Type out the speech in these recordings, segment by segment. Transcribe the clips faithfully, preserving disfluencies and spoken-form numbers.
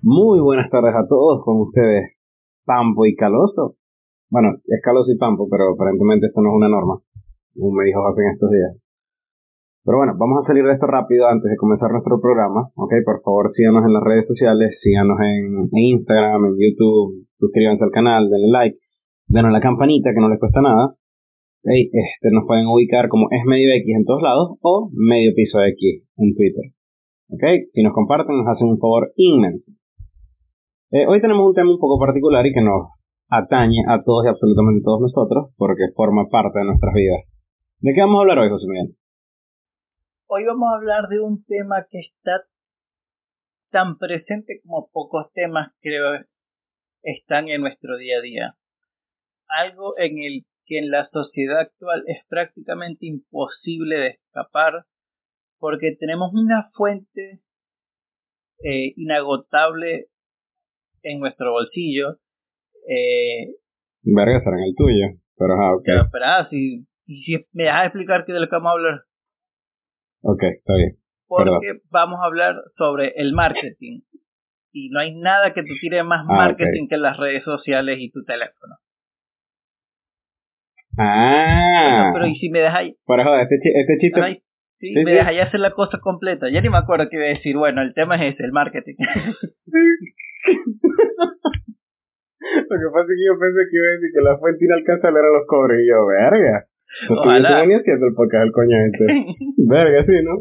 Muy buenas tardes a todos, con ustedes Pampo y Caloso. Bueno, es Caloso y Pampo, pero aparentemente esto no es una norma, como me dijo José en estos días. Pero bueno, vamos a salir de esto rápido antes de comenzar nuestro programa, ¿ok? Por favor, síganos en las redes sociales, síganos en, en Instagram, en YouTube, suscríbanse al canal, denle like, denos la campanita que no les cuesta nada. ¿Okay? Este, nos pueden ubicar como Es Medio X en todos lados o Medio Piso X en Twitter. ¿Ok? Si nos comparten nos hacen un favor inmenso. Eh, hoy tenemos un tema un poco particular y que nos atañe a todos y absolutamente todos nosotros porque forma parte de nuestras vidas. ¿De qué vamos a hablar hoy, José Miguel? Hoy vamos a hablar de un tema que está tan presente como pocos temas creo están en nuestro día a día. Algo en el que en la sociedad actual es prácticamente imposible de escapar porque tenemos una fuente eh, inagotable en nuestro bolsillo. Eh, Verga, será en el tuyo, pero ajá, ok. ya, pero, ah, si, si me dejas explicar qué de lo que vamos a hablar. Ok, está bien. Porque Perdón. vamos a hablar sobre el marketing. Y no hay nada que te tire más Ah, marketing ok. que las redes sociales y tu teléfono. Ah, Bueno, pero ¿y si me dejáis? pero joder, este, chi- este chiste... Ay, sí, Sí, me sí. dejáis hacer la cosa completa. Ya ni me acuerdo qué iba a decir. Bueno, el tema es ese, el marketing. Lo que pasa es que yo pensé que iba a decir que la fuente inalcanzable eran los cobres y yo, verga. No estuviésemos Ojalá. ni haciendo el podcast del coño este. Verga, sí, ¿no?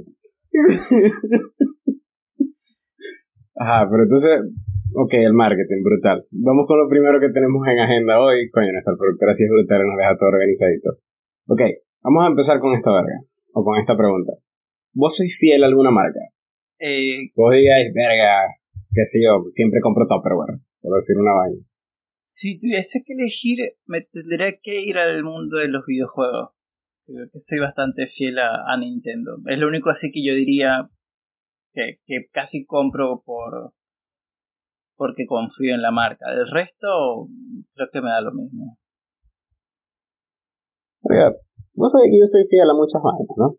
Ajá, pero entonces, ok, el marketing, brutal. Vamos con lo primero que tenemos en agenda hoy. Coño, nuestra productora sí es brutal y nos deja todo organizadito. Ok, vamos a empezar con esta verga, o con esta pregunta. ¿Vos sois fiel a alguna marca? eh, Vos digáis, verga, qué sé yo, siempre compro Tupperware, por decir una vaina. si tuviese que elegir, me tendría que ir al mundo de los videojuegos. Creo que soy bastante fiel a, a Nintendo. Es lo único así que yo diría que, que casi compro por porque confío en la marca. Del resto, creo que me da lo mismo. Verga, vos sabés que yo soy fiel a muchas marcas, ¿no?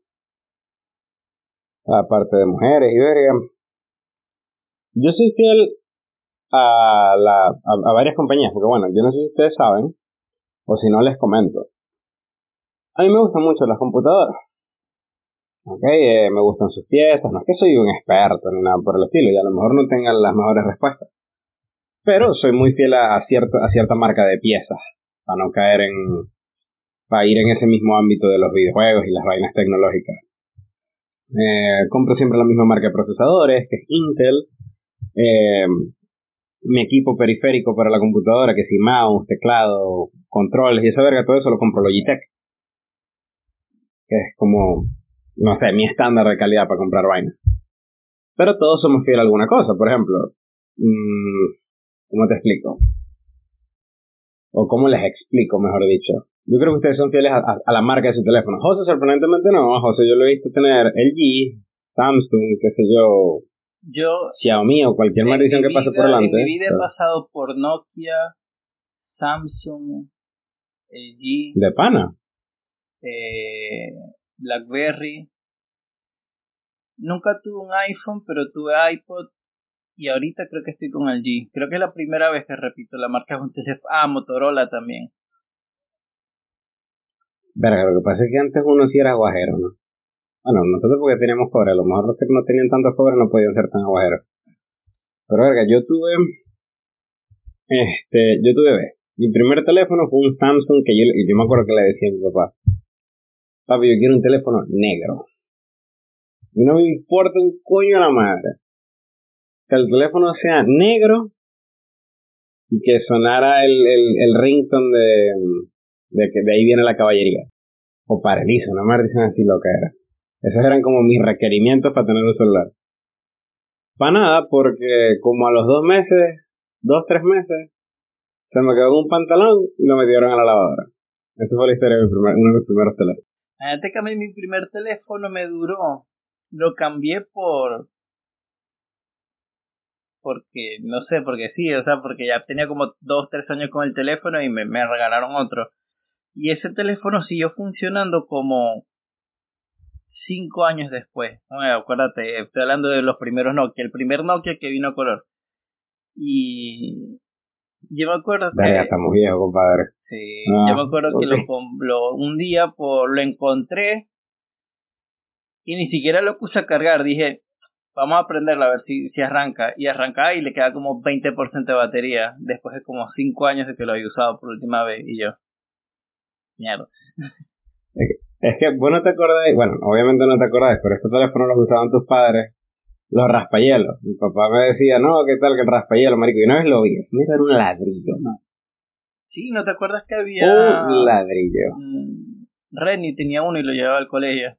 Aparte de mujeres y verga. Yo soy fiel a, la, a, a varias compañías, porque bueno, yo no sé si ustedes saben, o si no les comento. A mí me gustan mucho las computadoras. Ok, eh, me gustan sus piezas, no es que soy un experto ni nada por el estilo, y a lo mejor no tengan las mejores respuestas. Pero soy muy fiel a, a, cierta, a cierta marca de piezas, para no caer en, para ir en ese mismo ámbito de los videojuegos y las vainas tecnológicas. Eh, compro siempre la misma marca de procesadores, que es Intel. Eh, mi equipo periférico para la computadora, que si mouse, teclado, controles y esa verga, todo eso lo compro Logitech. Que es como, no sé, mi estándar de calidad para comprar vainas. Pero todos somos fieles a alguna cosa, por ejemplo. Mmm, ¿Cómo te explico? O cómo les explico, mejor dicho. Yo creo que ustedes son fieles a, a, a la marca de su teléfono. José, sorprendentemente no. A José yo lo he visto tener L G, Samsung, qué sé yo, Yo Xiaomi o cualquier en maldición mi que pase por vida, en delante. mi vida he Pero pasado por Nokia, Samsung, L G, de pana. eh, BlackBerry. Nunca tuve un iPhone, pero tuve iPod y ahorita creo que estoy con L G. Creo que es la primera vez que repito la marca de un teléfono. Ah, Motorola también. Verga, lo que pasa es que antes uno sí era aguajero, ¿no? Bueno, nosotros porque teníamos cobre, a lo mejor los que no tenían tanto cobre no podían ser tan aguajeros. Pero verga, yo tuve, este, yo tuve, ve, mi primer teléfono fue un Samsung que yo, y yo me acuerdo que le decía a mi papá, papi, yo quiero un teléfono negro. Y no me importa un coño a la madre. Que el teléfono sea negro y que sonara el, el, el ringtone de, de que de ahí viene la caballería. O paraliza, una maldición así lo que era. Esos eran como mis requerimientos para tener un celular. Para nada, porque como a los dos meses, dos, tres meses, se me quedó un pantalón y lo metieron a la lavadora. Esa fue la historia de mi primer, uno de mis primeros teléfonos. Antes que a mí mi primer teléfono me duró. Lo cambié por... Porque, no sé, porque sí, o sea, porque ya tenía como dos, tres años con el teléfono y me, me regalaron otro. Y ese teléfono siguió funcionando como cinco años después. No, acuérdate, estoy hablando de los primeros Nokia. El primer Nokia que vino a color. Y yo me acuerdo que... Verga, estamos viejos, compadre. Sí, Ah, yo me acuerdo ok. que lo, lo un día por, lo encontré y ni siquiera lo puse a cargar. Dije, vamos a prenderlo a ver si, si arranca. Y arranca y le queda como veinte por ciento de batería. Después de como cinco años de que lo había usado por última vez. Y yo, mierda. Es que, es que vos no te acordás, bueno, obviamente no te acordás, pero estos teléfonos los usaban tus padres, los raspahielos. Mi papá me decía, no, ¿qué tal que el raspahielos, marico? Y una vez lo vi, eso era un ladrillo, ¿no? Sí, ¿no te acuerdas que había... Un ladrillo. Mmm, Renny tenía uno y lo llevaba al colegio?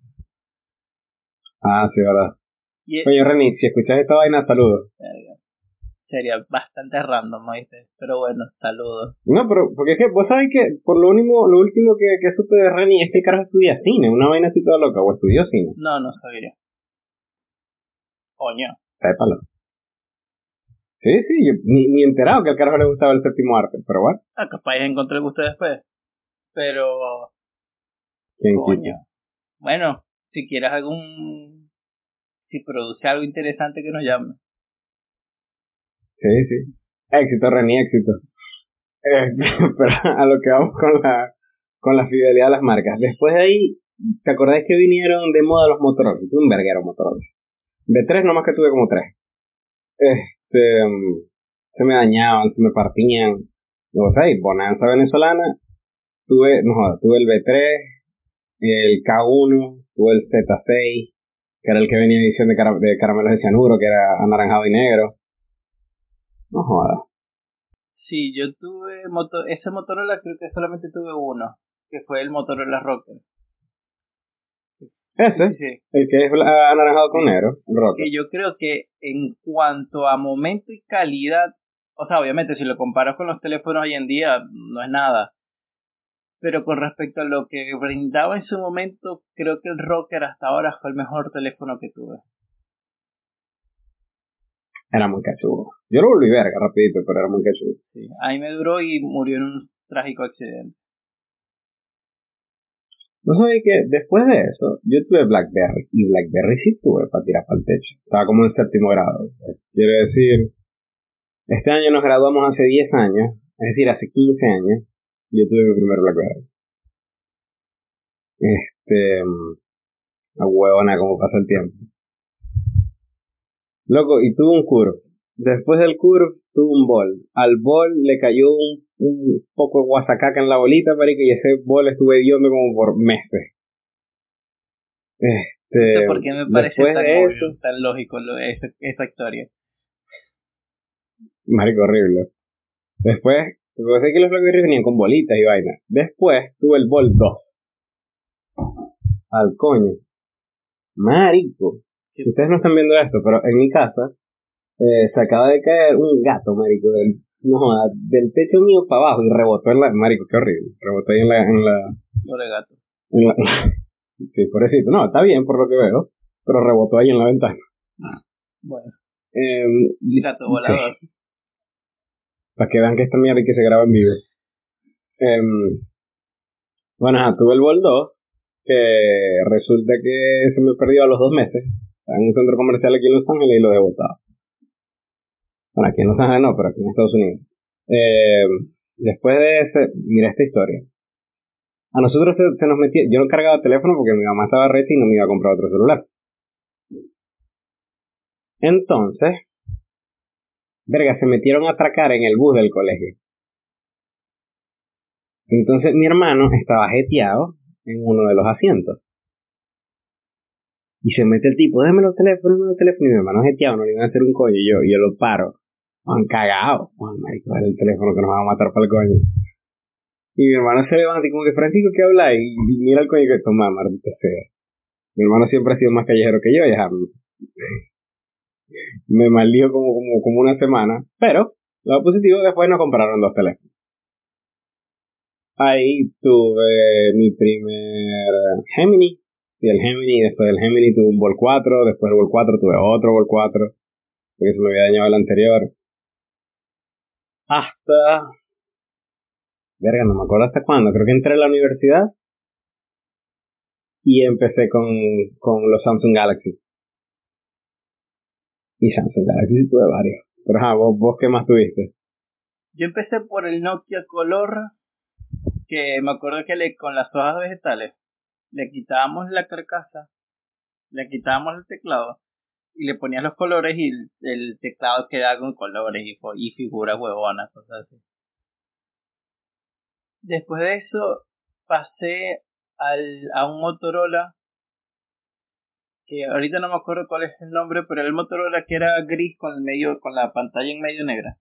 Ah, sí, verdad. Y él, Coño, Reni, si escuchas esta vaina, saludos. verga, sería bastante random, ¿viste? Pero bueno, saludos. No, pero, porque es que vos sabés que, por lo último, lo último que, que supe de Reni es que el carajo estudia cine, una vaina así toda loca, o estudió cine. No, no sabía. Coño. Sépalo. Sí, sí, yo ni, ni enterado que al carajo le gustaba el séptimo arte, pero bueno. Ah, capaz encontré el gusto después. Pero, ¿Quién coño. quita? Bueno, si quieres algún... Si produce algo interesante que nos llame. Sí, sí. Éxito, Reni, éxito. Eh, pero a lo que vamos con la, con la fidelidad a las marcas. Después de ahí, ¿te acordás que vinieron de moda los Motorola? Tuve un verguero Motorola. De tres nomás que tuve como tres. Este, um, se me dañaban, se me partían. No sé, bonanza venezolana. Tuve, no jodas, tuve el B tres, el K uno, tuve el Z seis, que era el que venía en edición de, cara, de caramelos de cianuro, que era anaranjado y negro. No jodas. Sí, yo tuve... Moto ese Motorola creo que solamente tuve uno. Que fue el Motorola Rocker. Ese, Sí, sí, sí. el que es bla- anaranjado con Sí. negro, el rocker. Que yo creo que en cuanto a momento y calidad, o sea, obviamente si lo comparas con los teléfonos hoy en día, no es nada. Pero con respecto a lo que brindaba en su momento, creo que el Rocker hasta ahora fue el mejor teléfono que tuve. Era muy cachudo. Yo lo volví verga rapidito, pero era muy cachudo. Sí, ahí me duró y murió en un trágico accidente. No sabía que después de eso, yo tuve Blackberry. Y Blackberry sí tuve para tirar para el techo. Estaba como en séptimo grado. Quiere decir, este año nos graduamos hace diez años. Es decir, hace quince años. Yo tuve mi primer Blackberry. Este, a huevona como pasa el tiempo. Loco, y tuve un curve. Después del curve, tuve un bol. Al bol le cayó un, un poco de guasacaca en la bolita, marico, y ese bol estuve hediondo como por meses. No sé Este, por qué me parece después tan de obvio, eso, tan lógico lo, esa, esa historia. marico, horrible. Después, porque sé que los Blackberry venían con bolitas y vainas. Después tuve el bol dos. Al coño. Marico. Sí. Ustedes no están viendo esto, pero en mi casa eh, se acaba de caer un gato, marico, del, no, joda, del techo mío para abajo y rebotó en la... Marico, qué horrible. Rebotó ahí en la... En la, Pobre gato. en la sí, pobrecito. No, está bien por lo que veo, pero rebotó ahí en la ventana. Bueno, Eh, gato sí, volador. para que vean que esta mierda y que se graba en vivo. Eh, bueno, ajá, tuve el bol dos, que resulta que se me perdió a los dos meses. Estaba en un centro comercial aquí en Los Ángeles y lo he botado. Bueno, aquí en Los Ángeles no, pero aquí en Estados Unidos. Eh, después de ese, mira esta historia. A nosotros se, se nos metía, yo no cargaba teléfono porque mi mamá estaba recha y no me iba a comprar otro celular. Entonces, verga, se metieron a atracar en el bus del colegio. Entonces mi hermano estaba jeteado en uno de los asientos. Y se mete el tipo, déjame los teléfonos, déjame los teléfonos. Y mi hermano jeteado, no le iban a hacer un coño. Y yo, y yo lo paro. Han cagado. Oh, marico, es el teléfono que nos va a matar para el coño. Y mi hermano se levanta y como que, Francisco, ¿qué habla? Y, y mira el coño que toma, maldita sea. Mi hermano siempre ha sido más callejero que yo, y ya me maldijo como, como, como una semana. Pero, lo positivo, después nos compraron dos teléfonos. Ahí tuve mi primer Gemini. Y el Gemini, después del Gemini tuve un Vol cuatro, después del Vol cuatro tuve otro Vol cuatro, porque se me había dañado el anterior. Hasta... Verga, no me acuerdo hasta cuándo. Creo que entré a la universidad y empecé con, con los Samsung Galaxy. Y Samsung Galaxy sí tuve varios. Pero ajá, ¿vos, vos qué más tuviste? Yo empecé por el Nokia Color, que me acuerdo que le, con las hojas vegetales le quitábamos la carcasa, le quitábamos el teclado y le ponías los colores y el, el teclado quedaba con colores y, y figuras huevonas, cosas así. Después de eso pasé al, a un Motorola, que ahorita no me acuerdo cuál es el nombre, pero era el Motorola que era gris con el medio, con la pantalla en medio negra.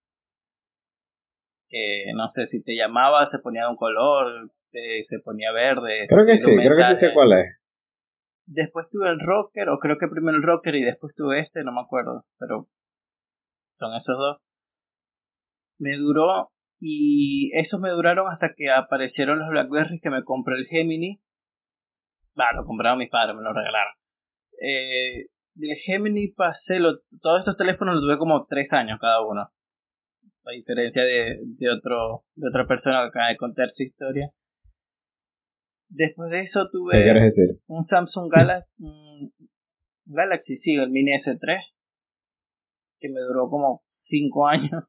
Que no sé, si te llamaba se ponía de un color, te, se ponía verde, Creo que sí, los creo que sí sé mensajes. cuál es. Después tuve el Rocker, o creo que primero el Rocker y después tuve este, no me acuerdo, pero son esos dos. Me duró, y esos me duraron hasta que aparecieron los Blackberry, que me compré el Gemini. Va, lo compraron mis padres, me lo regalaron. Eh, del Gemini pasé, lo, todos estos teléfonos los tuve como tres años cada uno. A diferencia de, de, otro, de otra persona que acaba de contar su historia. Después de eso ¿Qué quieres tuve decir? un Samsung Galaxy, un Galaxy, sí, el Mini S tres, que me duró como cinco años.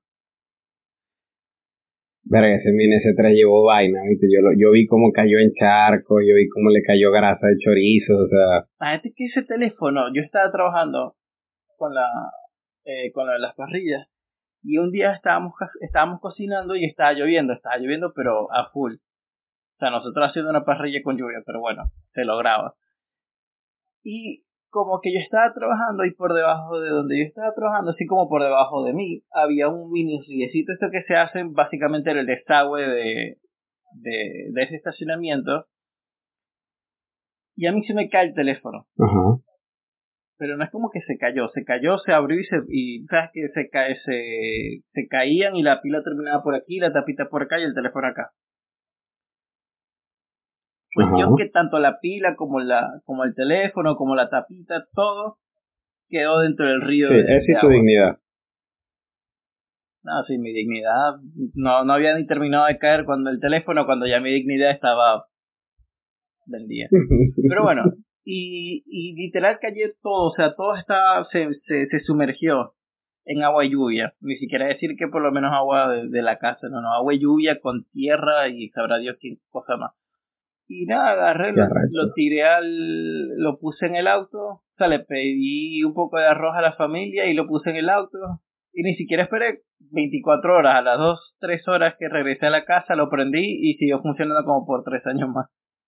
Verga, ese Mini S tres llevó vaina, ¿viste? Yo, lo, yo vi cómo cayó en charco, yo vi cómo le cayó grasa de chorizo, o sea... Imagínate que ese teléfono, yo estaba trabajando con la eh, con la de las parrillas, y un día estábamos, estábamos cocinando y estaba lloviendo, estaba lloviendo pero a full. O sea, nosotros haciendo una parrilla con lluvia, pero bueno, se lograba. Y como que yo estaba trabajando y por debajo de donde yo estaba trabajando, así como por debajo de mí, había un mini riecito, esto que se hace básicamente en el desagüe de, de, de ese estacionamiento. Y a mí se me cae el teléfono. Ajá. Pero no es como que se cayó, se cayó, se abrió y se, y sabes que se cae, se, se caían y la pila terminaba por aquí, la tapita por acá y el teléfono acá. Cuestión Ajá. que tanto la pila como la, como el teléfono, como la tapita, todo quedó dentro del río Sí, de, esa de y tu agua. dignidad. No, sí, mi dignidad no, no había ni terminado de caer cuando el teléfono, cuando ya mi dignidad estaba vendida. Pero bueno, y, y literal cayó todo, o sea, todo estaba, se, se, se sumergió en agua y lluvia. Ni siquiera decir que por lo menos agua de, de la casa, no, no, agua y lluvia con tierra y sabrá Dios qué cosa más. Y nada, agarré, Qué lo, arrecho. lo tiré al, lo puse en el auto, o sea, le pedí un poco de arroz a la familia y lo puse en el auto. Y ni siquiera esperé veinticuatro horas, a las dos, tres horas que regresé a la casa lo prendí y siguió funcionando como por tres años más.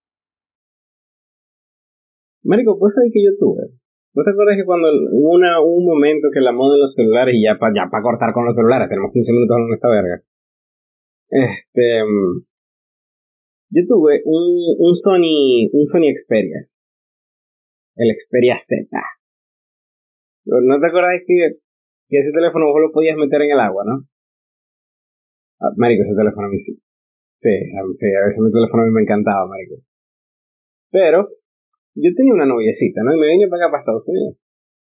Marico, pues sabes que yo tuve. ¿No te acuerdas que cuando hubo una, un momento que la moda en los celulares, y ya para ya pa cortar con los celulares, tenemos quince minutos en esta verga? Este, yo tuve un, un Sony, un Sony Xperia, el Xperia Z. ¿No te acuerdas que, que ese teléfono vos lo podías meter en el agua, no? Ah, marico, ese teléfono a mí sí. Sí, a mí, sí, a veces mi teléfono a mí me encantaba, marico. Pero, yo tenía una noviecita, ¿no? Y me vine para acá, para Estados Unidos.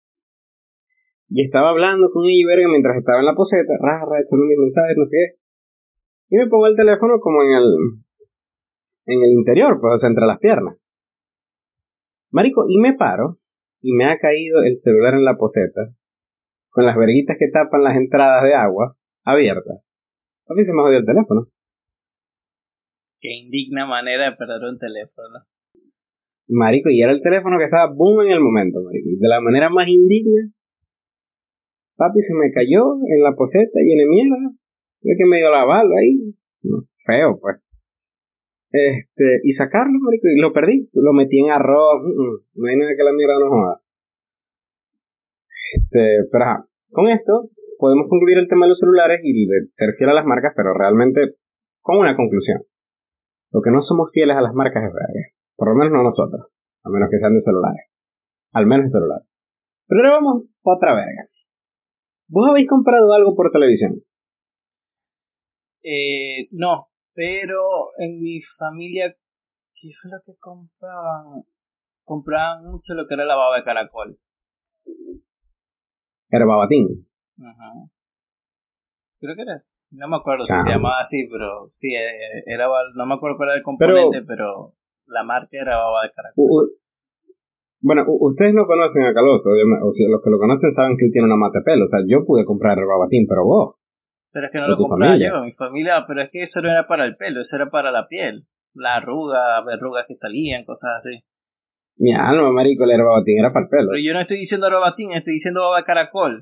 Y estaba hablando con ella, verga, mientras estaba en la poseta, rara, echando mis mensajes, no sé qué. Y me pongo el teléfono como en el, en el interior, pues, o sea, entre las piernas. Marico, y me paro, y me ha caído el celular en la poseta, con las verguitas que tapan las entradas de agua, abiertas. A mí se me jodió el teléfono. Qué indigna manera de perder un teléfono. Marico, y era el teléfono que estaba boom en el momento, marico. Y de la manera más indigna, papi, se me cayó en la poseta y en mierda. Tuve que medio lavarlo ahí. No, feo, pues. Este, y sacarlo, marico, y lo perdí. Lo metí en arroz. Uh -uh. No hay nada que la mierda no joda. Este, pero ajá. Con esto, podemos concluir el tema de los celulares y de ser fiel a las marcas, pero realmente con una conclusión. Lo que no somos fieles a las marcas es verga. Por lo menos no nosotros. A menos que sean de celulares. Al menos de celulares. Pero ahora vamos a otra verga. ¿Vos habéis comprado algo por televisión? Eh, no, pero en mi familia, ¿qué fue lo que compraban? Compraban mucho lo que era la baba de caracol. Herbabatín. Ajá. Creo que era, no me acuerdo si se Chamo. llamaba así, pero sí, eh, era, no me acuerdo cuál era el componente, pero, pero la marca era baba de caracol. Uh, uh, Bueno, u- ustedes no conocen a Caloso, obviamente, o sea, los que lo conocen saben que él tiene una matapelo, o sea, yo pude comprar el Babatín, pero vos, Pero es que no o lo tu compraba familia. yo, mi familia, pero es que eso no era para el pelo, eso era para la piel. La arruga, verrugas que salían, cosas así. Mi alma, marico, el Babatín era para el pelo. Pero yo no estoy diciendo robatín, estoy diciendo baba de caracol.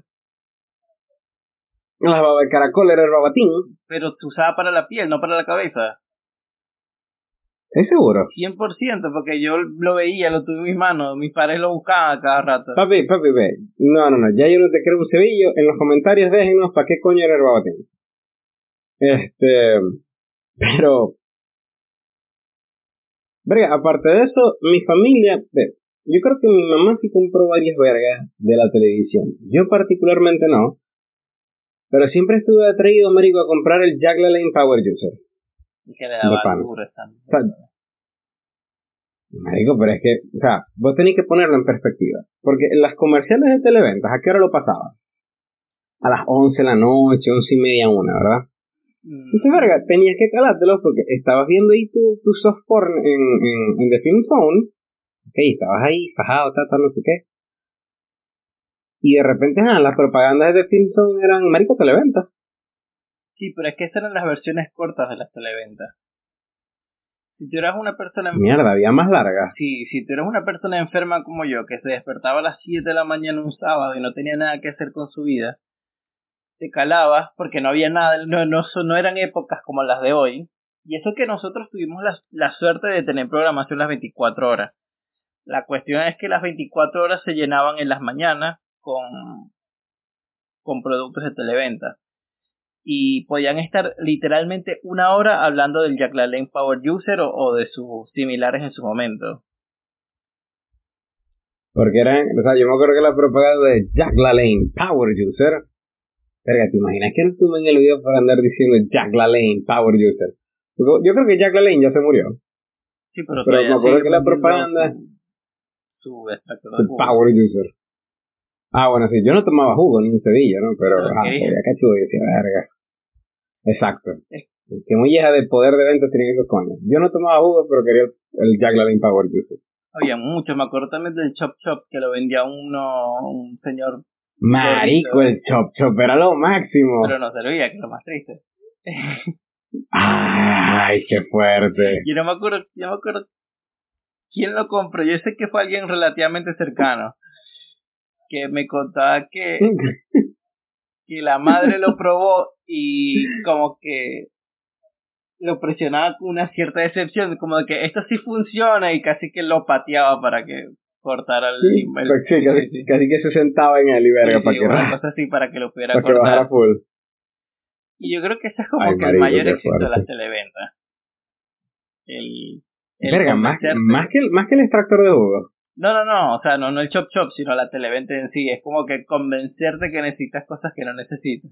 La baba de caracol era el Babatín, Pero se usaba para la piel, no para la cabeza. ¿es seguro? cien por ciento, porque yo lo veía, lo tuve en mis manos, mis padres lo buscaban a cada rato. Papi, papi, ve. No, no, no, ya yo no te creo un cebillo. En los comentarios déjenos para qué coño era el Babatín. Este, pero, verga, aparte de eso, mi familia, ve, yo creo que mi mamá sí compró varias vergas de la televisión. Yo particularmente no, pero siempre estuve atraído, marico, a comprar el Jack LaLanne Power User. Y que le De daba pana. duro esa. O sea, marico, pero es que, o sea, vos tenés que ponerlo en perspectiva. Porque en las comerciales de Televentas, ¿a qué hora lo pasaba? A las once de la noche, once y media, una, ¿verdad? Entonces, verga, tenías que calártelo porque estabas viendo ahí tu, tu soft porn en, en, en The Film Zone. Ok, estabas ahí, fajado, tal, tal, no sé qué. Y de repente, ah, las propagandas de The Film Zone eran marico televenta. Sí, pero es que esas eran las versiones cortas de las televentas. Si tú eras una persona enferma, Mierda, había más largas. sí, si tú eras una persona enferma como yo, que se despertaba a las siete de la mañana un sábado y no tenía nada que hacer con su vida, te calabas porque no había nada, no, no, no eran épocas como las de hoy. Y eso que nosotros tuvimos la, la suerte de tener programación las veinticuatro horas. La cuestión es que las veinticuatro horas se llenaban en las mañanas con, con productos de televenta. Y podían estar literalmente una hora hablando del Jack LaLanne Power User o, o de sus similares en su momento. Porque eran, o sea, yo me acuerdo que la propaganda de Jack LaLanne Power User. Verga, ¿te imaginas que no estuve en el video para andar diciendo Jack LaLanne Power User? Yo creo que Jack LaLanne ya se murió. Sí, pero, Pero me todavía acuerdo sigue que la vendiendo propaganda... su, su extractor de El jugo. Power User. Ah, bueno, sí, yo no tomaba jugo ni un cebillo, ¿no? Pero, Pero ah, quería. sería cachudo y decía, verga. Exacto. Es- Que molleja de poder de ventas tienen esos coños. Yo no tomaba jugo, pero quería el, el Jack LaLanne Power User. Había mucho, me acuerdo también del Chop Chop que lo vendía uno, un señor Marico, gordito, el Chop Chop era lo máximo. pero no servía, que es lo más triste. Ay, qué fuerte. Yo no me acuerdo, yo me acuerdo quién lo compró. Yo sé que fue alguien relativamente cercano que me contaba que, que la madre lo probó y como que lo presionaba con una cierta decepción, como de que esto sí funciona y casi que lo pateaba para que cortara el... Sí, el pues sí, sí, casi, sí, sí. casi que se sentaba en él y verga Sí, para sí, que, una cosa así para que lo pudiera para que cortar. bajara full. Y yo creo que ese es como Ay, que el marico, mayor qué éxito de las fuerte. televentas. El, el Verga, más, convencerte. más, que el, más que el extractor de jugo. No, no, no, o sea, no, no el chop chop, sino la televenta en sí. Es como que convencerte que necesitas cosas que no necesitas.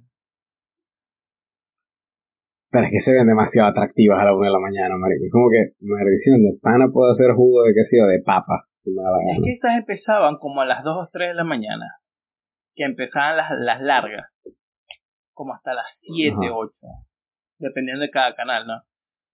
Pero es que se ven demasiado atractivas a la una de la mañana, marico. Es como que, maldición, de pana puedo hacer jugo de qué sé yo, de papa. Si me da la Es gana. que estas empezaban como a las dos o tres de la mañana. Que empezaban las, las largas. Como hasta las siete, Ajá. ocho. Dependiendo de cada canal, ¿no?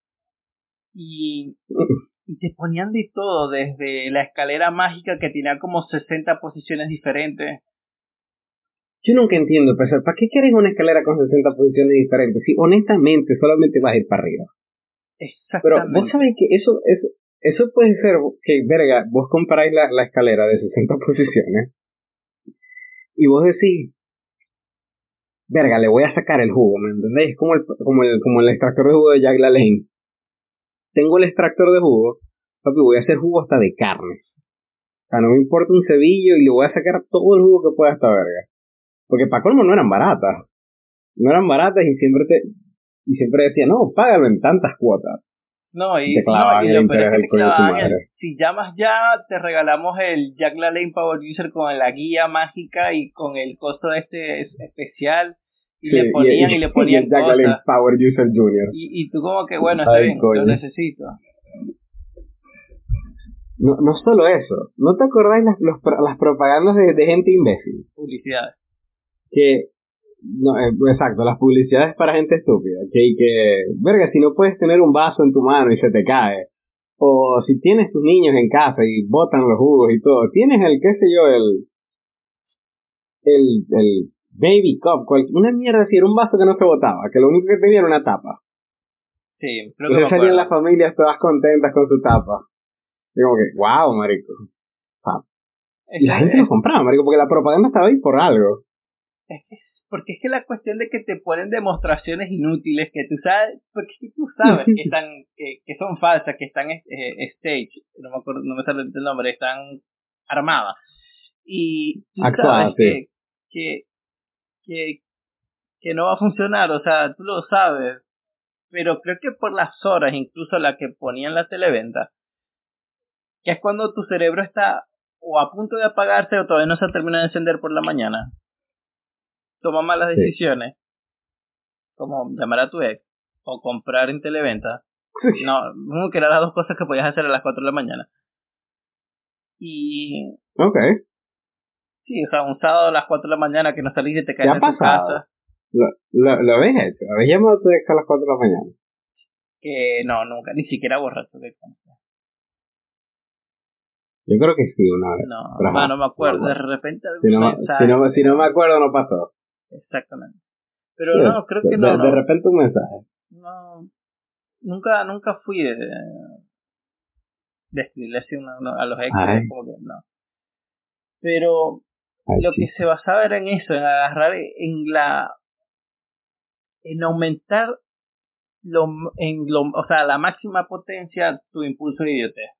Y, y te ponían de todo, desde la escalera mágica que tenía como sesenta posiciones diferentes. Yo nunca entiendo, pero ¿para qué quieres una escalera con sesenta posiciones diferentes? Si honestamente solamente vas a ir para arriba. Pero Exactamente. vos sabés que eso, eso, eso puede ser que, verga, vos comparáis la, la escalera de sesenta posiciones y vos decís, verga, le voy a sacar el jugo, ¿me entendéis? Como el, como el, como el extractor de jugo de Jack LaLanne. Tengo el extractor de jugo, papi, voy a hacer jugo hasta de carne. O sea, no me importa un cebillo y le voy a sacar todo el jugo que pueda a esta verga. Porque para colmo no eran baratas. No eran baratas y siempre te, y siempre decía, no, págalo en tantas cuotas. No, Y y, te no, clavaban y el lo peor es interés que del te coño de su clavaban el, madre. si llamas ya, te regalamos el Jack LaLanne Power User con la guía mágica y con el costo este es- especial, y Sí, le ponían y, y, y, le y el ponían Jack LaLanne cosas, Power User Junior y, y tú como que, bueno, está Ay, bien, lo coño. necesito. No, no solo eso. ¿No te acordáis las, los, las propagandas de, de gente imbécil? Publicidad. Que, no, eh, exacto, las publicidades para gente estúpida. Que, que, verga, si no puedes tener un vaso en tu mano y se te cae, O si tienes tus niños en casa y botan los jugos y todo, tienes el, qué sé yo, el, el, el baby cup, cual, una mierda así, era un vaso que no se botaba, que lo único que tenía era una tapa. Sí, creo que me Entonces salían acuerdo. las familias todas contentas con su tapa. Y como que, wow, marico. O sea, y Eso la gente lo es, compraba, marico, porque la propaganda estaba ahí por algo. es, es porque es que la cuestión de que te ponen demostraciones inútiles que tú sabes, porque es que tú sabes que están, que, que son falsas, que están eh, stage, no me acuerdo, no me sale el nombre, están armadas. Y tú Actuada, sabes sí. que, que, que, que no va a funcionar, o sea, tú lo sabes, pero creo que por las horas, incluso la que ponían la televenta, que es cuando tu cerebro está o a punto de apagarse o todavía no se termina de encender por la mañana, toma malas Sí. decisiones, como llamar a tu ex o comprar en televenta. Sí. No, como que eran las dos cosas que podías hacer a las cuatro de la mañana. Y Ok. sí, o sea, un sábado a las cuatro de la mañana que no salís y te ¿Qué caes ha de tu pasado? casa, ¿Lo, lo, lo habéis hecho? ¿Habéis llamado a tu ex a las cuatro de la mañana? que no, nunca, ni siquiera borracho que conste. Yo creo que sí, una vez. No, Pero va, ajá, no me no me acuerdo, de acuerdo. repente Si algún no, si, mensaje, no, si no me acuerdo, no pasó. exactamente. Sí, Pero no, creo de, que no, de, de no, repente un mensaje. no, nunca, nunca fui de, de escribirle así una- una- a los exes, es Ay, como que no. Pero ay, lo que se chico. basaba era en eso, en agarrar, en la, en aumentar lo, en lo, o sea, la máxima potencia tu impulso de idiotez.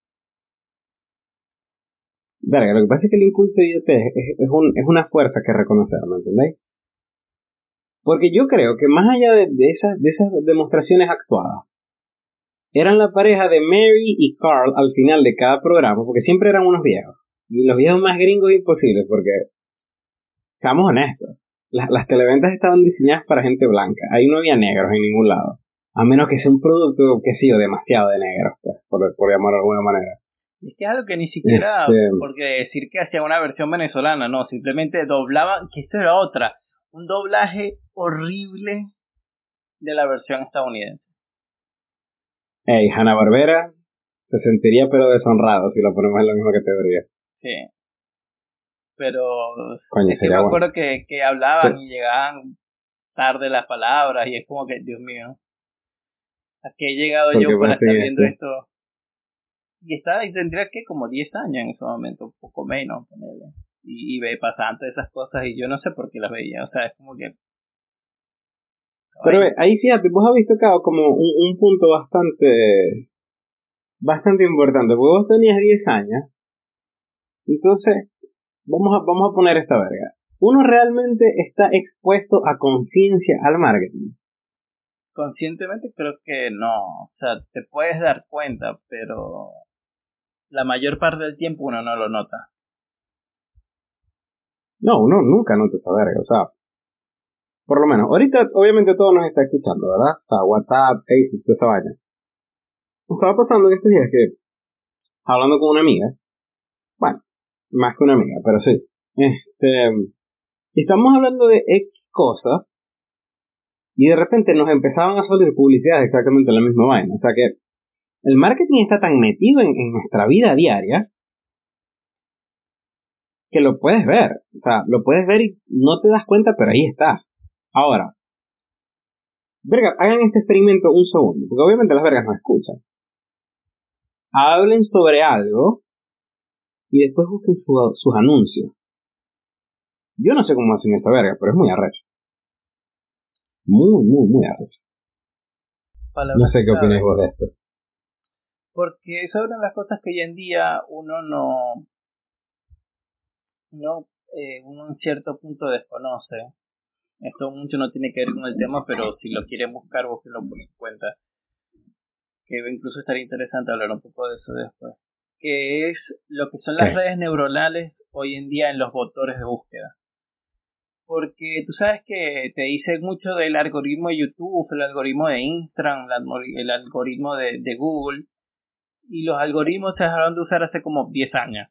Verga, lo que pasa es que el impulso de idiotez es, es, un, es una fuerza que reconocer, ¿me entendéis? Porque yo creo que más allá de, de, esas, de esas demostraciones actuadas, eran la pareja de Mary y Carl al final de cada programa, porque siempre eran unos viejos. Y los viejos más gringos imposibles, porque, seamos honestos, las, las televentas estaban diseñadas para gente blanca. Ahí no había negros en ningún lado. A menos que sea un producto que sí, o demasiado de negros, pues, por, por llamarlo de alguna manera. Y es que es algo que ni siquiera, Este, porque decir que hacía una versión venezolana, no, simplemente doblaban, que esa era otra, un doblaje horrible de la versión estadounidense. hey, Hanna-Barbera se sentiría pero deshonrado si lo ponemos en la misma categoría. Sí, pero Coño, es que sería me bueno. acuerdo que, que hablaban Se- y llegaban tarde las palabras y es como que, Dios mío, ¿a qué he llegado Porque yo me para hacen estar viendo esto. esto? Y estaba, y tendría que como diez años en ese momento, un poco menos, ponele. Y, y ve, pasaban todas esas cosas y yo no sé por qué las veía, o sea, es como que, Pero ay, ve, ahí fíjate, vos habéis tocado como un, un punto bastante, bastante importante, porque vos tenías diez años, entonces vamos a, vamos a poner esta verga. Uno realmente está expuesto a conciencia al marketing. conscientemente creo que no, o sea, te puedes dar cuenta, pero la mayor parte del tiempo uno no lo nota. No, uno nunca nota esa verga, o sea, por lo menos, ahorita obviamente todo nos está escuchando, ¿verdad? O sea, WhatsApp, Facebook, toda esa vaina. Me estaba pasando en estos días que, hablando con una amiga, bueno, más que una amiga, pero sí, este, estamos hablando de X cosas y de repente nos empezaban a salir publicidades exactamente la misma vaina. O sea que el marketing está tan metido en, en nuestra vida diaria que lo puedes ver. O sea, lo puedes ver y no te das cuenta, pero ahí está. Ahora, verga, hagan este experimento un segundo, porque obviamente las vergas no escuchan. Hablen sobre algo y después busquen su- sus anuncios. Yo no sé cómo hacen esta verga, pero es muy arrecho. Muy, muy, muy arrecho. No Palabras sé qué opináis clave. vos de esto. Porque eso es una de las cosas que hoy en día uno no, no eh, uno en cierto punto desconoce. Esto mucho no tiene que ver con el tema, pero si lo quieren buscar, búsquenlo por su cuenta. Que incluso estaría interesante hablar un poco de eso después. Que es lo que son las ¿Qué? redes neuronales hoy en día en los motores de búsqueda. Porque tú sabes que te dice mucho del algoritmo de YouTube, el algoritmo de Instagram, el algoritmo de, de Google. Y los algoritmos se dejaron de usar hace como diez años.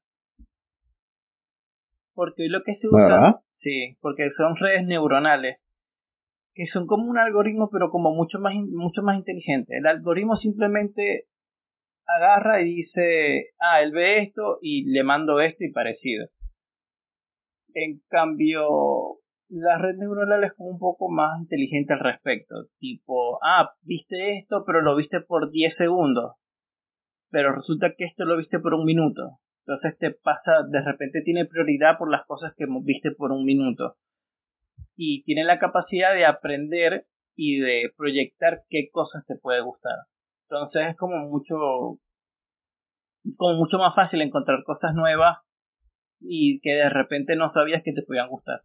Porque hoy lo que se ¿La usa, verdad? sí, porque son redes neuronales, que son como un algoritmo, pero como mucho más, mucho más inteligente. El algoritmo simplemente agarra y dice, ah, él ve esto y le mando esto y parecido. En cambio, la red neuronal es como un poco más inteligente al respecto. Tipo, ah, viste esto, pero lo viste por diez segundos. Pero resulta que esto lo viste por un minuto. Entonces te pasa, de repente tiene prioridad por las cosas que viste por un minuto. Y tiene la capacidad de aprender y de proyectar qué cosas te puede gustar. Entonces es como mucho, como mucho más fácil encontrar cosas nuevas y que de repente no sabías que te podían gustar.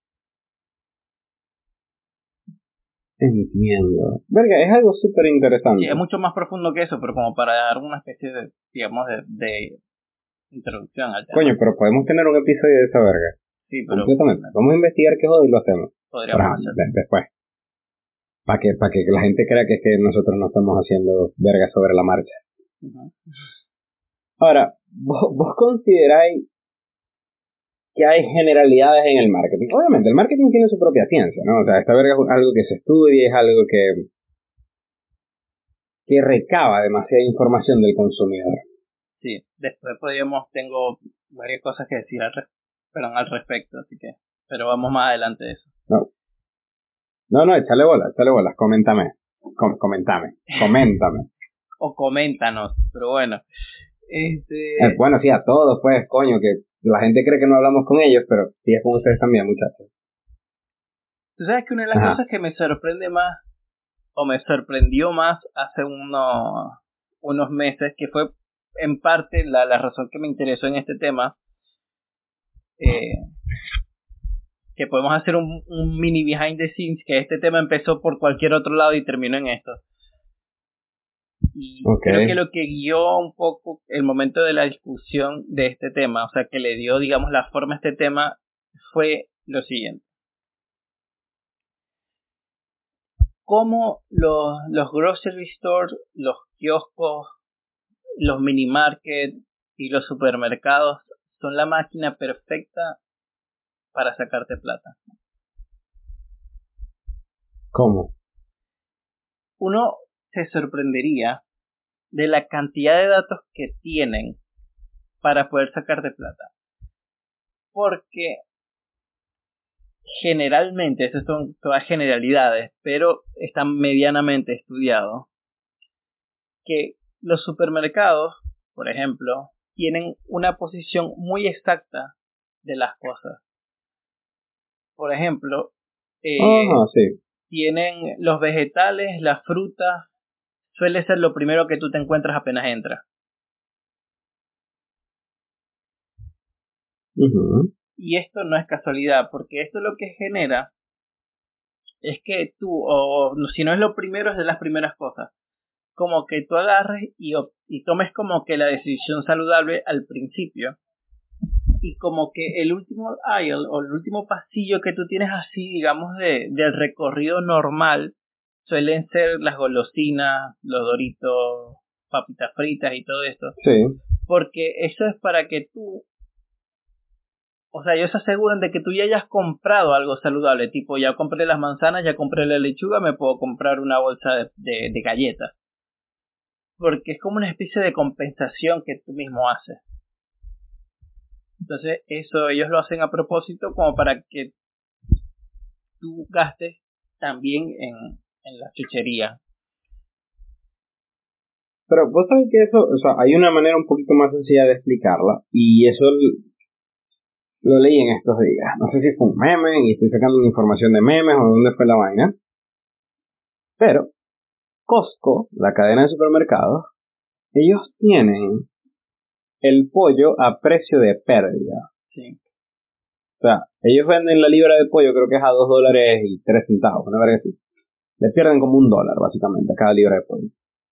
Entiendo. Verga, es algo súper interesante. Sí, es mucho más profundo que eso, pero como para dar una especie de, digamos, de, de introducción al tema. Coño, pero podemos tener un episodio de esa verga. Sí, pero completamente. Vamos a investigar qué joder y lo hacemos. Podríamos Para, hacerlo. de, después. Para que, para que la gente crea que es que nosotros no estamos haciendo verga sobre la marcha. Uh-huh. Ahora, ¿vos, vos consideráis que hay generalidades en el marketing? Obviamente, el marketing tiene su propia ciencia, ¿no? O sea, esta verga es algo que se estudia, es algo que, que recaba demasiada información del consumidor. Sí, después podríamos, tengo varias cosas que decir al, re- perdón, al respecto, así que, pero vamos más adelante de eso. No, no, no échale bolas, échale bolas, coméntame, Com- coméntame, coméntame. O coméntanos, pero bueno. Este... Eh, bueno, sí, a todos, pues, coño, que la gente cree que no hablamos con ellos, pero sí es con ustedes también, muchachos. Tú sabes que una de las Ajá. cosas que me sorprende más, o me sorprendió más hace unos, unos meses, que fue en parte la, la razón que me interesó en este tema, eh, que podemos hacer un, un mini behind the scenes, que este tema empezó por cualquier otro lado y terminó en esto. Y Okay. Creo que lo que guió un poco el momento de la discusión de este tema, o sea, que le dio, digamos, la forma a este tema, fue lo siguiente. Cómo los, los grocery stores, los kioscos, los mini markets y los supermercados son la máquina perfecta para sacarte plata. ¿Cómo? Uno se sorprendería de la cantidad de datos que tienen para poder sacarte plata. Porque generalmente, esas son todas generalidades, pero están medianamente estudiados, que los supermercados, por ejemplo, tienen una posición muy exacta de las cosas. Por ejemplo, eh, Ajá, sí. tienen los vegetales, las frutas, suele ser lo primero que tú te encuentras apenas entras. Uh-huh. Y esto no es casualidad, porque esto lo que genera es que tú, o si no es lo primero, es de las primeras cosas. Como que tú agarres y, y tomes como que la decisión saludable al principio. Y como que el último aisle o el último pasillo que tú tienes así, digamos, de, del recorrido normal, suelen ser las golosinas, los doritos, papitas fritas y todo esto. Sí. Porque eso es para que tú, o sea, ellos se aseguran de que tú ya hayas comprado algo saludable. Tipo, ya compré las manzanas, ya compré la lechuga, me puedo comprar una bolsa de, de, de galletas. Porque es como una especie de compensación que tú mismo haces. Entonces, eso ellos lo hacen a propósito como para que tú gastes también en, en la chuchería. Pero vos sabés que eso, o sea, hay una manera un poquito más sencilla de explicarla, y eso lo leí en estos días. No sé si fue un meme y estoy sacando una información de memes o de dónde fue la vaina. Pero Costco, la cadena de supermercados, ellos tienen el pollo a precio de pérdida. Sí. O sea, ellos venden la libra de pollo, creo que es a dos dólares y tres centavos, una verga así. Le pierden como un dólar, básicamente, a cada libra de pollo.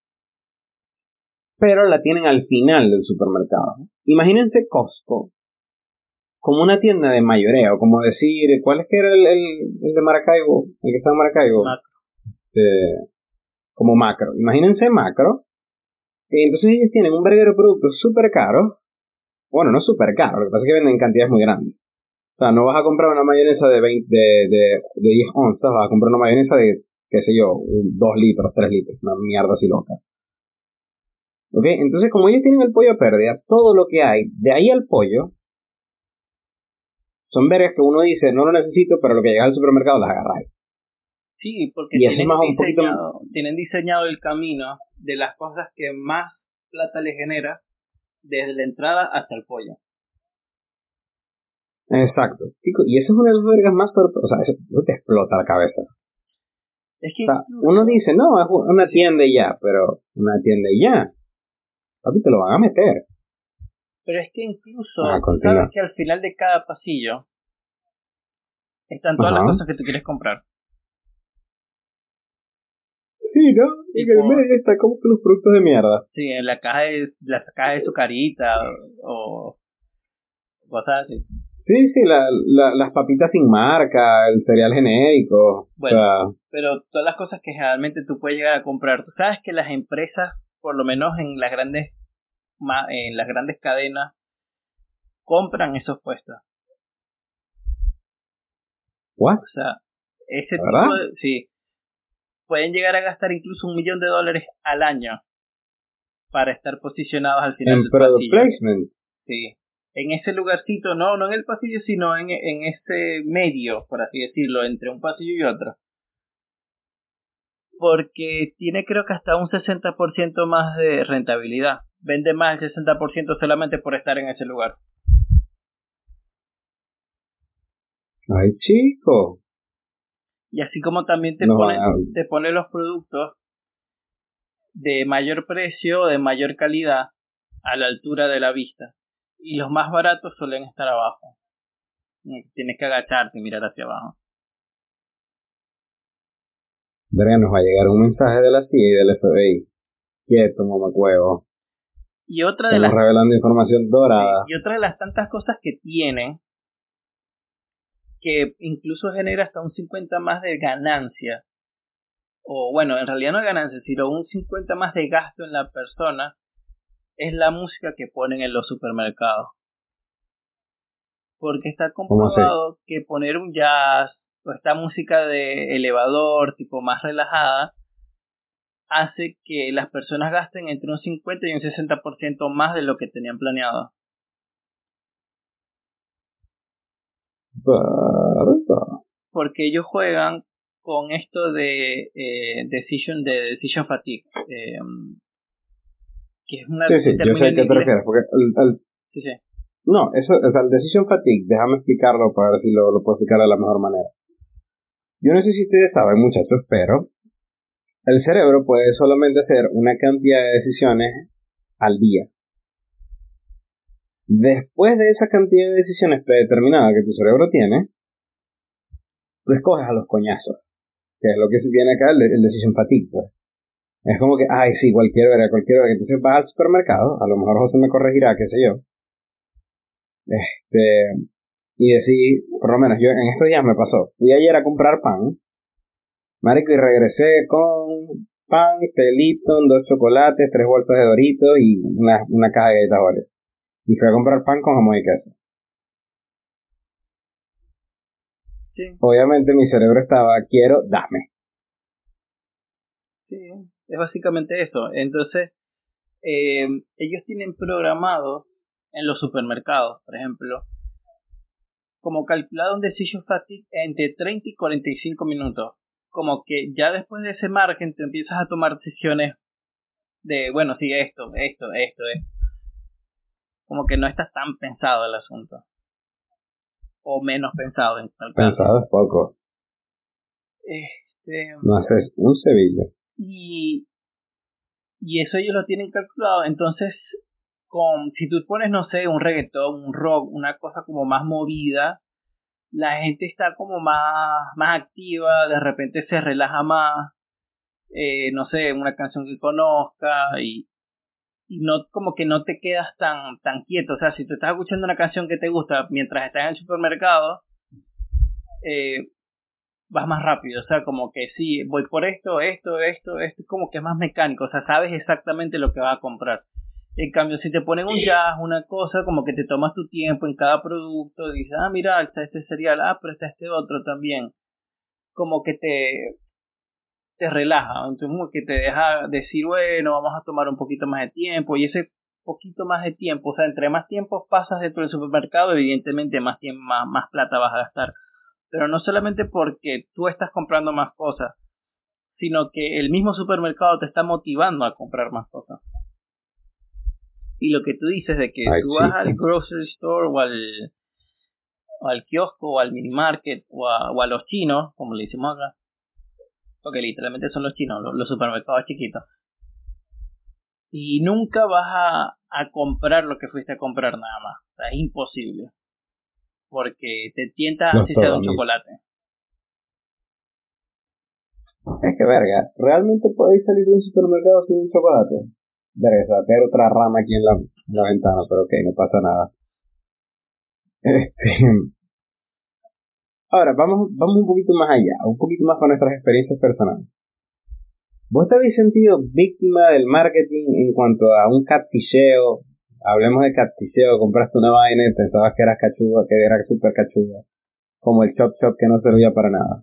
Pero la tienen al final del supermercado. Imagínense Costco como una tienda de mayoreo, como decir, ¿cuál es que era el, el, el de Maracaibo? El que está en Maracaibo. Macro. Este, como Macro. Imagínense Macro. Y entonces ellos tienen un verguero de productos súper caros. Bueno, no súper caros, lo que pasa es que venden en cantidades muy grandes. O sea, no vas a comprar una mayonesa de, veinte, de, de, de diez onzas, vas a comprar una mayonesa de, qué sé yo, dos litros, tres litros, una mierda así loca. ¿Ok? Entonces, como ellos tienen el pollo a pérdida, todo lo que hay de ahí al pollo son vergas que uno dice, no lo necesito, pero lo que llega al supermercado las agarráis. Sí, porque Y eso es tienen más un poquito... diseñado, tienen diseñado el camino de las cosas que más plata le genera desde la entrada hasta el pollo. Exacto. Chico, y eso es una de las vergas más torpes. O sea, eso, eso te explota la cabeza. Es que O sea, incluso, uno dice, no, es una sí, tienda y ya, pero una tienda y ya. Papi, te lo van a meter. pero es que incluso Ajá, tú sabes continúa. que al final de cada pasillo están todas las Ajá. cosas que tú quieres comprar. Sí, ¿no? En el Tipo, medio está como que los productos de mierda. sí, en la caja de, la caja de sucarita o cosas así. Sí, sí, la, la, las papitas sin marca, el cereal genérico. O Bueno, sea, pero todas las cosas que generalmente tú puedes llegar a comprar, tú sabes que las empresas, por lo menos en las grandes, ma- en las grandes cadenas, compran esos puestos. ¿what? O sea, ese tipo ¿Verdad? de, sí, pueden llegar a gastar incluso un millón de dólares al año para estar posicionados al final En del product pasillo. placement. Sí. En ese lugarcito, no, no en el pasillo, sino en, en ese medio, por así decirlo, entre un pasillo y otro. Porque tiene creo que hasta un sesenta por ciento más de rentabilidad. Vende más del sesenta por ciento solamente por estar en ese lugar. Ay, chico. Y así como también te Nos van pone, a... te pone los productos de mayor precio o de mayor calidad a la altura de la vista. Y los más baratos suelen estar abajo. Tienes que agacharte y mirar hacia abajo. Verga, nos va a llegar un mensaje de la C I A y del F B I. Quieto, mamacuevo. Y otra de Estamos las, revelando información sí, dorada. y otra de las tantas cosas que tienen, que incluso genera hasta un cincuenta más de ganancia, o bueno, en realidad no de ganancia, sino un cincuenta más de gasto en la persona, es la música que ponen en los supermercados. Porque está ¿Cómo así? comprobado que poner un jazz o esta música de elevador, tipo más relajada, hace que las personas gasten entre un cincuenta y un sesenta por ciento más de lo que tenían planeado. Verga. Porque ellos juegan con esto de eh, decision de decision fatigue, eh, que es una, Sí, sí, un yo sé término a en qué te inglés. refieres. Porque el, el- Sí, sí. no, eso, o sea, el decision fatigue, déjame explicarlo para ver si lo, lo puedo explicar de la mejor manera. Yo no sé si ustedes saben, muchachos, pero el cerebro puede solamente hacer una cantidad de decisiones al día. Después de esa cantidad de decisiones predeterminada que tu cerebro tiene, tú escoges a los coñazos, que es lo que se viene acá, el, el decision fatigue, pues. Es como que, ay, sí, cualquier hora, cualquier hora. Entonces vas al supermercado, a lo mejor José me corregirá, qué sé yo. Este, y decir, por lo menos yo en estos días me pasó. Fui ayer a comprar pan, marico, y regresé con pan, té Lipton, dos chocolates, tres bolsas de Doritos y una, una caja de galletas Oreo. Y fui a comprar pan con jamón y queso. Sí, Obviamente mi cerebro estaba, quiero, dame. sí, es básicamente eso. Entonces, eh, ellos tienen programado en los supermercados, por ejemplo, como calculado un decision fatigue entre treinta y cuarenta y cinco minutos. Como que ya después de ese margen te empiezas a tomar decisiones de, bueno, sí, esto, esto, esto, esto. Como que no está tan pensado el asunto. O menos pensado en tal caso. Pensado es poco. Este, No haces un cebillo. y, y eso ellos lo tienen calculado. Entonces, con, si tú pones, no sé, un reggaetón, un rock, una cosa como más movida, la gente está como más, más activa, de repente se relaja más, eh, no sé, una canción que conozca y, y no como que no te quedas tan, tan quieto. O sea, si tú estás escuchando una canción que te gusta mientras estás en el supermercado, eh, vas más rápido. O sea, como que sí, voy por esto, esto, esto, esto, como que es más mecánico. O sea, sabes exactamente lo que vas a comprar. En cambio, si te ponen un jazz, una cosa, como que te tomas tu tiempo en cada producto, dices, ah, mira, está este cereal, ah, pero está este otro también. Como que te, te relaja, entonces como que te deja decir, bueno, vamos a tomar un poquito más de tiempo, y ese poquito más de tiempo, o sea, entre más tiempo pasas dentro del supermercado, evidentemente más tiempo, más, más plata vas a gastar, pero no solamente porque tú estás comprando más cosas, sino que el mismo supermercado te está motivando a comprar más cosas. Y lo que tú dices de que Ay, tú vas al chico. grocery store o al, o al kiosco o al mini market o a, o a los chinos, como le decimos acá, porque literalmente son los chinos, los, los supermercados chiquitos, y nunca vas a, a comprar lo que fuiste a comprar nada más. O sea, es imposible. Porque te tienta Los así sea de un toronis. chocolate. Es que verga, ¿realmente podéis salir de un supermercado sin un chocolate? Verga, se va a caer otra rama aquí en la, en la ventana, pero ok, no pasa nada. Este, ahora, vamos, vamos un poquito más allá, un poquito más con nuestras experiencias personales. ¿Vos te habéis sentido víctima del marketing en cuanto a un catfisheo? Hablemos de catfisheo, compraste una vaina y pensabas que era cachuga, que era súper cachuga. Como el chop chop que no servía para nada.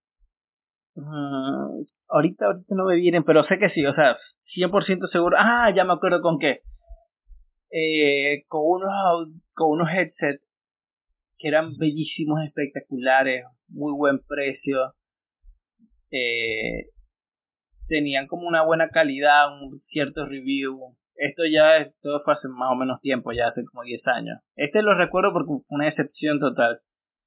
Uh, ahorita, ahorita no me vienen, pero sé que sí, o sea, cien por ciento seguro. Ah, ya me acuerdo con qué. Eh, con unos con unos headsets que eran bellísimos, espectaculares, muy buen precio. Eh, tenían como una buena calidad, un cierto review. Esto ya esto fue hace más o menos tiempo, ya hace como diez años. Este lo recuerdo porque fue una excepción total.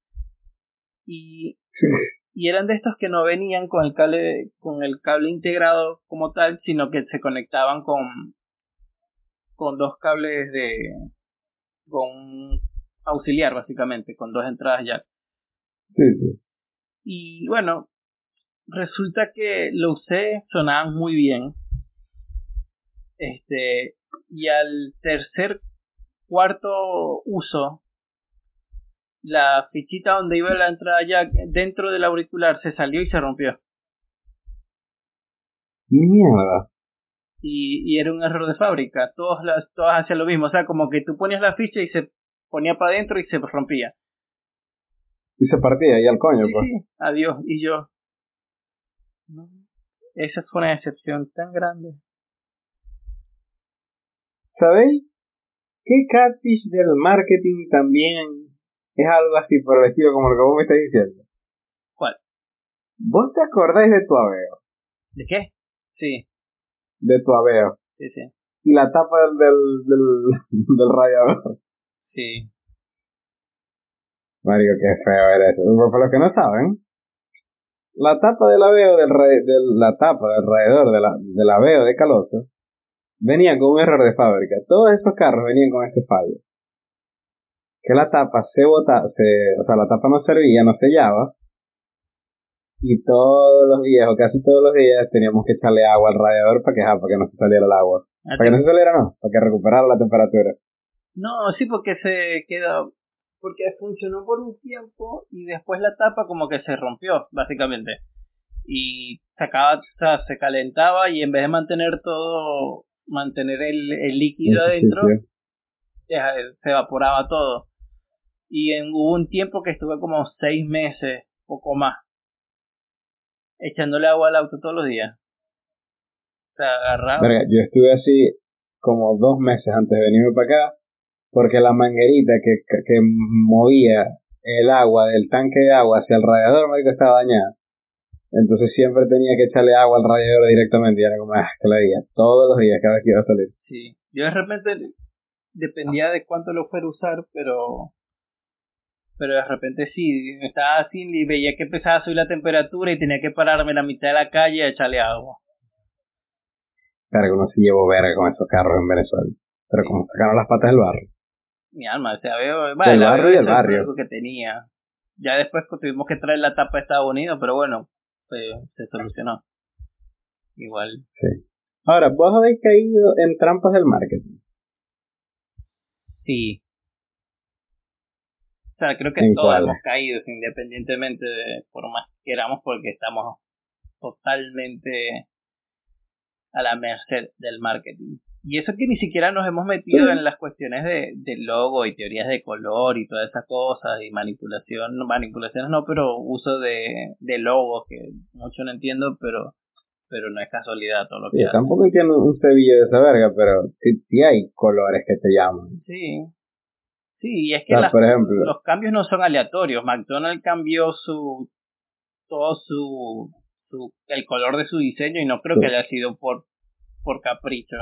Y, y eran de estos que no venían con el cable con el cable integrado como tal, sino que se conectaban con con dos cables de con un auxiliar básicamente, con dos entradas jack. Sí, sí. Y bueno, resulta que lo usé, sonaban muy bien. Este, y al tercer cuarto uso, la fichita donde iba la entrada jack dentro del auricular se salió y se rompió. Mierda. Y, y era un error de fábrica. Todos, las, todas hacían lo mismo. O sea, como que tú ponías la ficha y se ponía para adentro y se rompía. Y se partía y al coño, Sí, pues. sí, adiós. Y yo, no, esa fue una decepción tan grande. ¿Sabéis qué catfish del marketing también es algo así por el estilo como lo que vos me estás diciendo? ¿Cuál? ¿Vos te acordáis de tu aveo? ¿De qué? Sí, De tu aveo. sí, sí. Y la tapa del, del, del, del radiador. Sí. Mario, qué feo era eso. Para los que no saben, la tapa del aveo del, ra- del la tapa del radiador de la, del aveo de Caloso venía con un error de fábrica. Todos esos carros venían con este fallo. Que la tapa se bota, se, o sea, la tapa no servía, no sellaba. Y todos los días, o casi todos los días, teníamos que echarle agua al radiador para que, ah, para que no se saliera el agua. Ah, Para que no se saliera, no, para que recuperara la temperatura. no, sí, porque se quedó. Porque funcionó por un tiempo y después la tapa como que se rompió, básicamente. Y sacaba, o sea, se calentaba y en vez de mantener todo, mantener el, el líquido Ese adentro, sitio. ya, se evaporaba todo. Y en, hubo un tiempo que estuve como seis meses, poco más, echándole agua al auto todos los días. O sea, agarraba. Verga, yo estuve así como dos meses antes de venirme para acá, porque la manguerita que, que, que movía el agua del tanque de agua hacia el radiador, marico, estaba dañada. Entonces siempre tenía que echarle agua al radiador directamente y era como, ah, que la día, todos los días, cada vez que iba a salir. Sí, yo de repente dependía de cuánto lo fuera a usar, pero pero de repente sí, estaba así y veía que empezaba a subir la temperatura y tenía que pararme en la mitad de la calle a echarle agua. Verga, uno sí llevó verga con esos carros en Venezuela. Pero Sí. como sacaron las patas del barrio. Mi alma, o sea, veo, Del vale, la veo barrio y del eso es por barrio. algo que tenía. Ya después tuvimos que traer la tapa de Estados Unidos, pero bueno, se, se solucionó. Igual. Sí. Ahora, vos habéis caído en trampas del marketing. Sí. O sea, creo que ¿En todos cuáles? hemos caído, independientemente de por más que queramos, porque estamos totalmente a la merced del marketing. Y eso que ni siquiera nos hemos metido en Sí. las cuestiones de, de logo y teorías de color y todas esas cosas y manipulación, manipulaciones no, pero uso de, de logos que mucho no entiendo, pero pero no es casualidad todo lo Sí, que yo hacen. tampoco entiendo un cebillo de esa verga, pero sí, sí hay colores que te llaman. Sí, sí, y es O que sea, las, por ejemplo, los cambios no son aleatorios. McDonald's cambió su todo su, su el color de su diseño y no creo que su, haya sido por por capricho.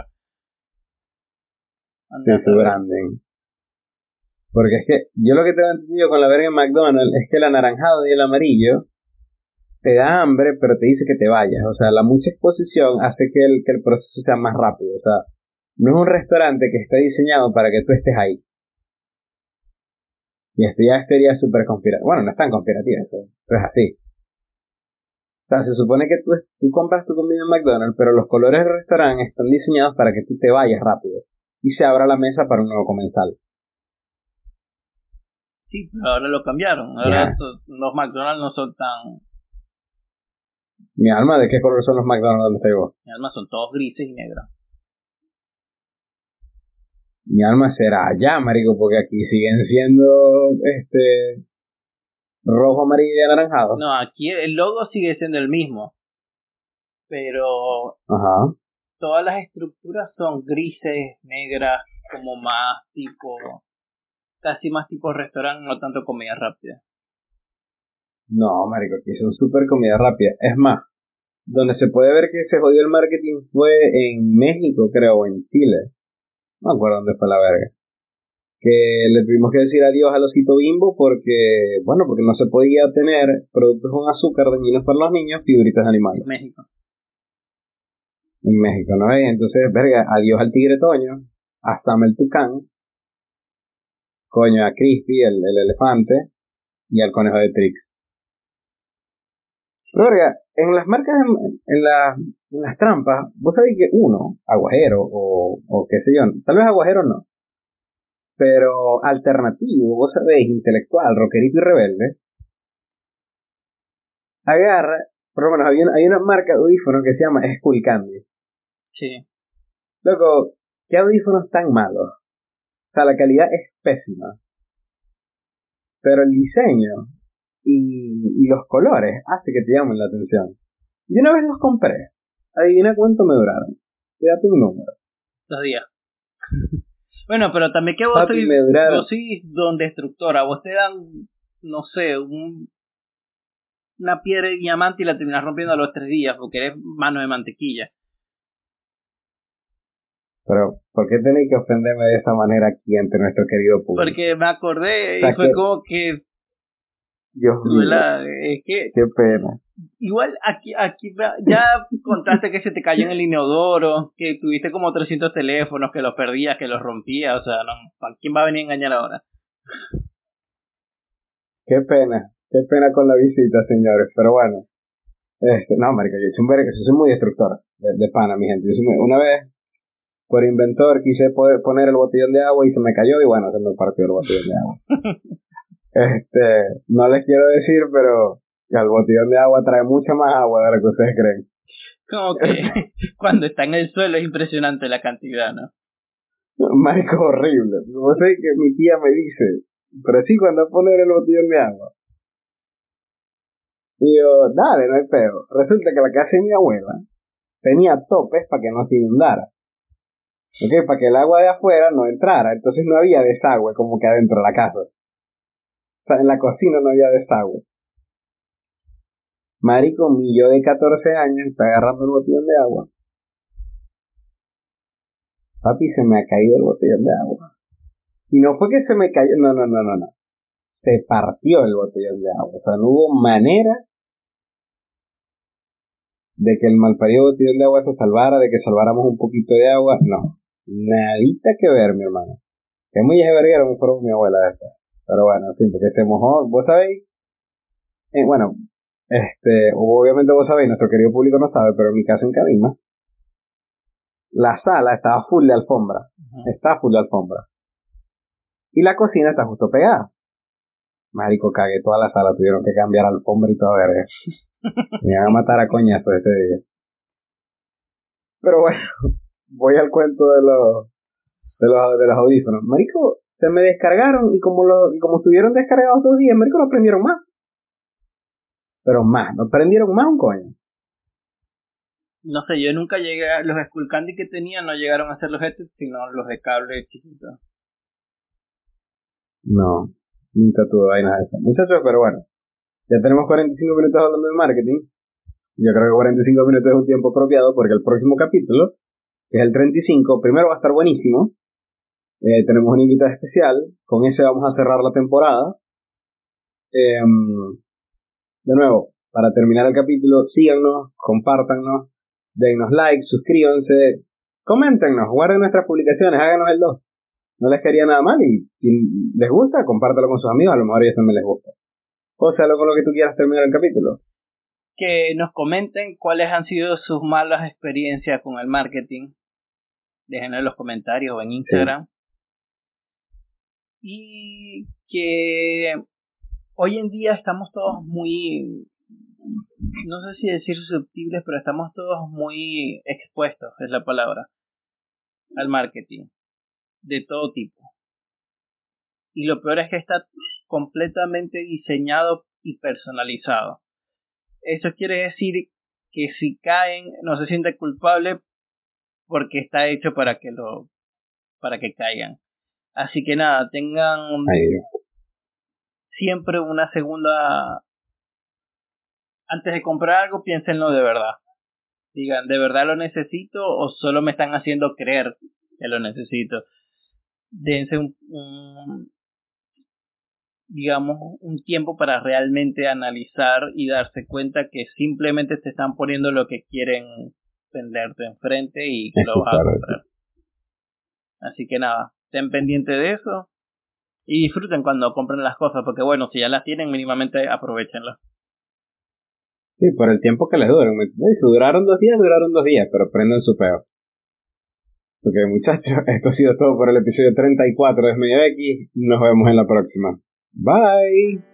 sí, Andate su a ver. branding. Porque es que yo lo que tengo entendido con la verga en McDonald's es que el anaranjado y el amarillo te da hambre, pero te dice que te vayas. O sea, la mucha exposición hace que el, que el proceso sea más rápido. O sea, no es un restaurante que está diseñado para que tú estés ahí. Y esto ya sería súper conspirativo. Bueno, no es tan conspirativo eso, pero es así. O sea, se supone que tú, tú compras tu comida en McDonald's, pero los colores del restaurante están diseñados para que tú te vayas rápido y se abra la mesa para un nuevo comensal. Sí, pero ahora lo cambiaron. Ahora Ya. to- los McDonald's no son tan... Mi alma, ¿de qué color son los McDonald's donde estoy vos? Además son todos grises y negros. Mi alma será allá, marico, porque aquí siguen siendo este rojo, amarillo y anaranjado. No, aquí el logo sigue siendo el mismo, pero Ajá. todas las estructuras son grises, negras, como más tipo... Casi más tipo restaurante, no tanto comida rápida. No, marico, aquí son súper comida rápida. Es más, donde se puede ver que se jodió el marketing fue en México, creo, o en Chile. No me acuerdo dónde fue la verga. Que le tuvimos que decir adiós al osito Bimbo porque, bueno, porque no se podía tener productos con azúcar dañinos para los niños, figuritas de animales. En México. En México, ¿no? Y entonces, verga, adiós al tigre Toño, a Sam el tucán, coño, a Crispy, el, el elefante, y al conejo de Trix. Pero, verga, en las marcas, en, en, la, en las trampas, vos sabés que uno, aguajero, o, o qué sé yo, tal vez aguajero no, pero alternativo, vos sabéis, intelectual, rockerito y rebelde, agarra, por lo menos hay una, hay una marca de audífonos que se llama Skull Candy. Sí. Loco, ¿qué audífonos tan malos? O sea, la calidad es pésima. Pero el diseño y, y los colores hace que te llamen la atención. Y una vez los compré. Adivina cuánto me duraron. Fíjate un número. Dos días. Bueno, pero también que vos Papi, sois, me duraron. vos sois don destructora. Vos te dan, no sé, un, una piedra de diamante y la terminas rompiendo a los tres días porque eres mano de mantequilla. Pero, ¿por qué tenéis que ofenderme de esa manera aquí ante nuestro querido público? Porque me O acordé y sea fue que, como que, Dios mío, ¿verdad? Es que qué pena. igual aquí, aquí va- ya contaste que se te cayó en el inodoro, que tuviste como trescientos teléfonos, que los perdías, que los rompías, o sea, no, ¿a quién va a venir a engañar ahora? Qué pena. Qué pena con la visita, señores. Pero bueno. Este, no, marico, yo soy, un verga- yo soy muy destructor de, de pana, mi gente. Yo soy muy- una vez, por inventor, quise poder poner el botellón de agua y se me cayó y bueno, se me partió el botellón de agua. Este, no les quiero decir, pero el botellón de agua trae mucha más agua de lo que ustedes creen. Como que cuando está en el suelo es impresionante la cantidad, ¿no? Marico, horrible. Vos sabés que mi tía me dice, pero sí, cuando poner el botellón de agua. Y yo, dale, no hay pedo. Resulta que la casa de mi abuela tenía topes para que no se inundara. ¿Ok? Para que el agua de afuera no entrara. Entonces no había desagüe como que adentro de la casa. O sea, en la cocina no había desagüe. Marico, mi yo de catorce años está agarrando el botellón de agua. Papi, se me ha caído el botellón de agua. Y no fue que se me cayó, no, no, no, no, no. Se partió el botellón de agua. O sea, no hubo manera de que el malparido botellón de agua se salvara, de que salváramos un poquito de agua. No. Nadita que ver, mi hermano. Que muy verguero me fueron mi abuela después. Pero bueno, en fin, porque se mojó. Vos sabéis, eh, bueno, este, obviamente vos sabéis, nuestro querido público no sabe, pero en mi casa en Cabima, la sala estaba full de alfombra. Ujú. Está full de alfombra. Y la cocina está justo pegada. Marico, cagué toda la sala, tuvieron que cambiar alfombra y toda verga. Me iban a matar a coñazos ese día. Pero bueno, voy al cuento de los, de los, de los audífonos. Marico, se me descargaron y como lo, y como estuvieron descargados dos días, marico, no prendieron más. Pero más, no prendieron más un coño. No sé, yo nunca llegué a... Los Skullcandy que tenía no llegaron a ser los headsets, sino los de cable chiquitos. No, nunca tuve vainas de esas. Muchachos, pero bueno, ya tenemos cuarenta y cinco minutos hablando de marketing. Yo creo que cuarenta y cinco minutos es un tiempo apropiado porque el próximo capítulo, que es el treinta y cinco, primero va a estar buenísimo. Eh, tenemos una invitada especial. Con ese vamos a cerrar la temporada. Eh, de nuevo, para terminar el capítulo, síganos, compártanos, dennos like, suscríbanse, coméntenos, guarden nuestras publicaciones, háganos el dos. No les quería nada mal y si les gusta, compártelo con sus amigos, a lo mejor a ellos también les gusta. O sea, lo con lo que tú quieras terminar el capítulo. Que nos comenten cuáles han sido sus malas experiencias con el marketing. Déjenlo en los comentarios o en Instagram. Sí. Y que hoy en día estamos todos muy, no sé si decir susceptibles, pero estamos todos muy expuestos, es la palabra, al marketing de todo tipo. Y lo peor es que está completamente diseñado y personalizado. Eso quiere decir que si caen no se siente culpable porque está hecho para que lo para que caigan. Así que nada, tengan Ay. siempre una segunda... Antes de comprar algo, piénsenlo de verdad. Digan, ¿de verdad lo necesito o solo me están haciendo creer que lo necesito? Dense un, un digamos, un tiempo para realmente analizar y darse cuenta que simplemente te están poniendo lo que quieren venderte enfrente y que lo vas a comprar. Así que nada, estén pendientes de eso y disfruten cuando compren las cosas, porque bueno, si ya las tienen, mínimamente aprovechenlas. Sí, por el tiempo que les duran. Si duraron dos días, duraron dos días, pero prendan su peo. Ok, muchachos, esto ha sido todo por el episodio treinta y cuatro de Media X. Nos vemos en la próxima. Bye.